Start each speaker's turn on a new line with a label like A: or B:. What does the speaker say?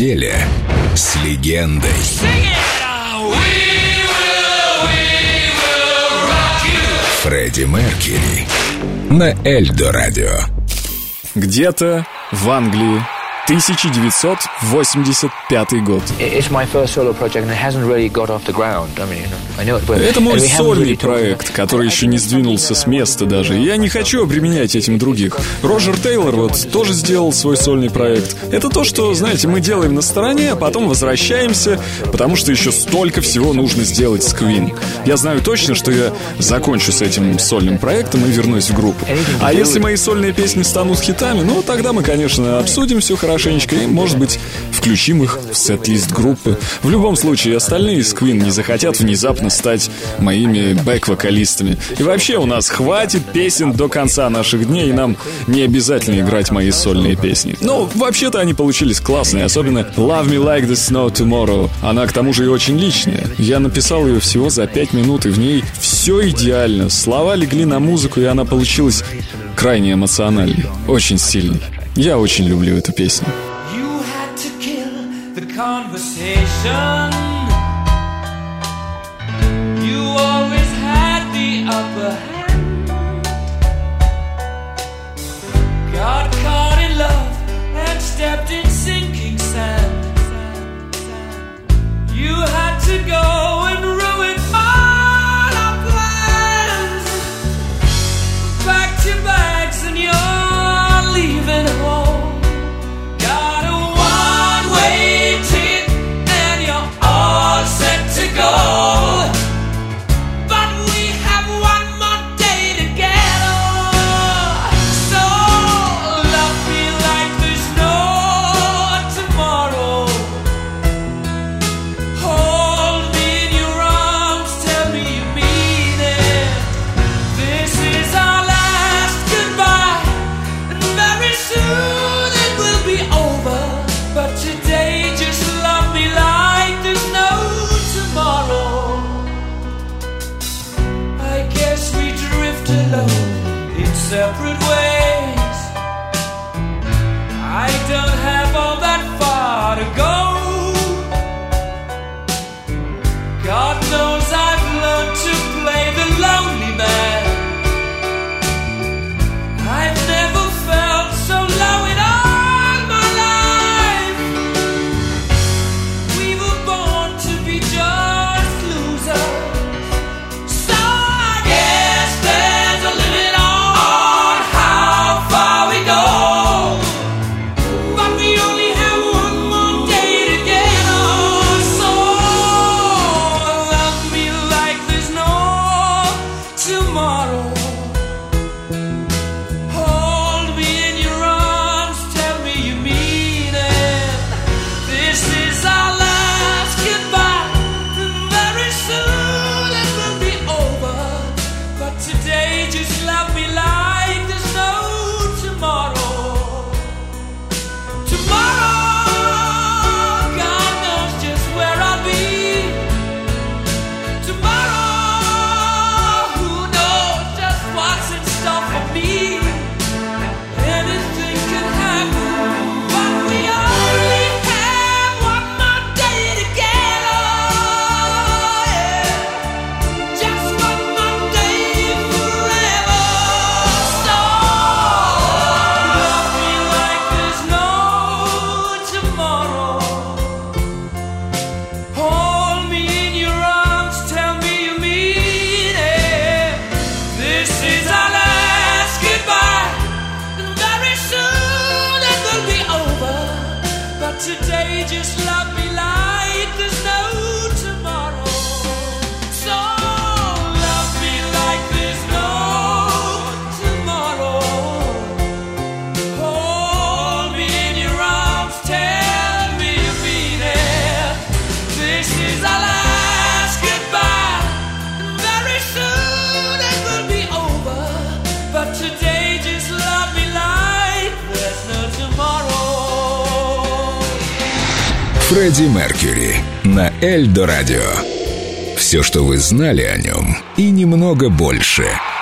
A: неделе с легендой. Фредди Меркьюри на Эльдо Радио.
B: Где-то в Англии, 1985 год. Это мой сольный проект, который еще не сдвинулся с места даже. Я не хочу обременять этим других. Роджер Тейлор вот тоже сделал свой сольный проект. Это то, что, знаете, мы делаем на стороне, а потом возвращаемся, потому что еще столько всего нужно сделать с Queen. Я знаю точно, что я закончу с этим сольным проектом и вернусь в группу. А если мои сольные песни станут хитами, ну тогда мы, конечно, обсудим все хорошенечко и, может быть, включим их в сет-лист группы. В любом случае, остальные из Queen не захотят внезапно стать моими бэк-вокалистами. И вообще, у нас хватит песен до конца наших дней, и нам не обязательно играть мои сольные песни. Но вообще-то они получились классные, особенно Love Me Like the Snow Tomorrow. Она, к тому же, и очень личная. Я написал ее всего за 5 минут, и в ней все идеально. Слова легли на музыку, и она получилась крайне эмоциональной, очень сильной. Я очень люблю эту песню.
C: Conversation. You always had the upper hand. Got caught in love and stepped in sinking sand. You had to go and ruin all our plans. Packed your bags and you're leaving home. Got a one-way ticket, set to go, but we have one more day together. So love me like there's no tomorrow. Hold me in your arms, tell me you mean it. This is our last goodbye, and very soon it will be over. But today just love me like there's no tomorrow. I guess we drift alone in separate ways. I don't have all that far to go. God knows I've learned to play the lonely man. I've never felt so low in all my life. We were born to be just losers. So I guess there's a limit on how far we go. But we only have one more day together. So love me like there's no tomorrow. Hold me in your arms, tell me you mean it. This is our last goodbye, and very soon it will be over. But today just love me like there's no tomorrow. Tomorrow, God knows just where I'll be. Tomorrow, who knows just what's in store for me. Anything can happen, but we only have one more day together. Just one more day forever. So love me like there's no tomorrow. Hold me in your arms, tell me you mean it. This is our last goodbye, and very soon it will be over. But today just love me like there's no tomorrow. So love me like there's no tomorrow. Hold me in your arms, tell me you mean it. This is our last goodbye, and very soon it will be over. But today just love me like there's no tomorrow.
A: Фредди Меркьюри на Эльдо Радио. Все, что вы знали о нем, и немного больше.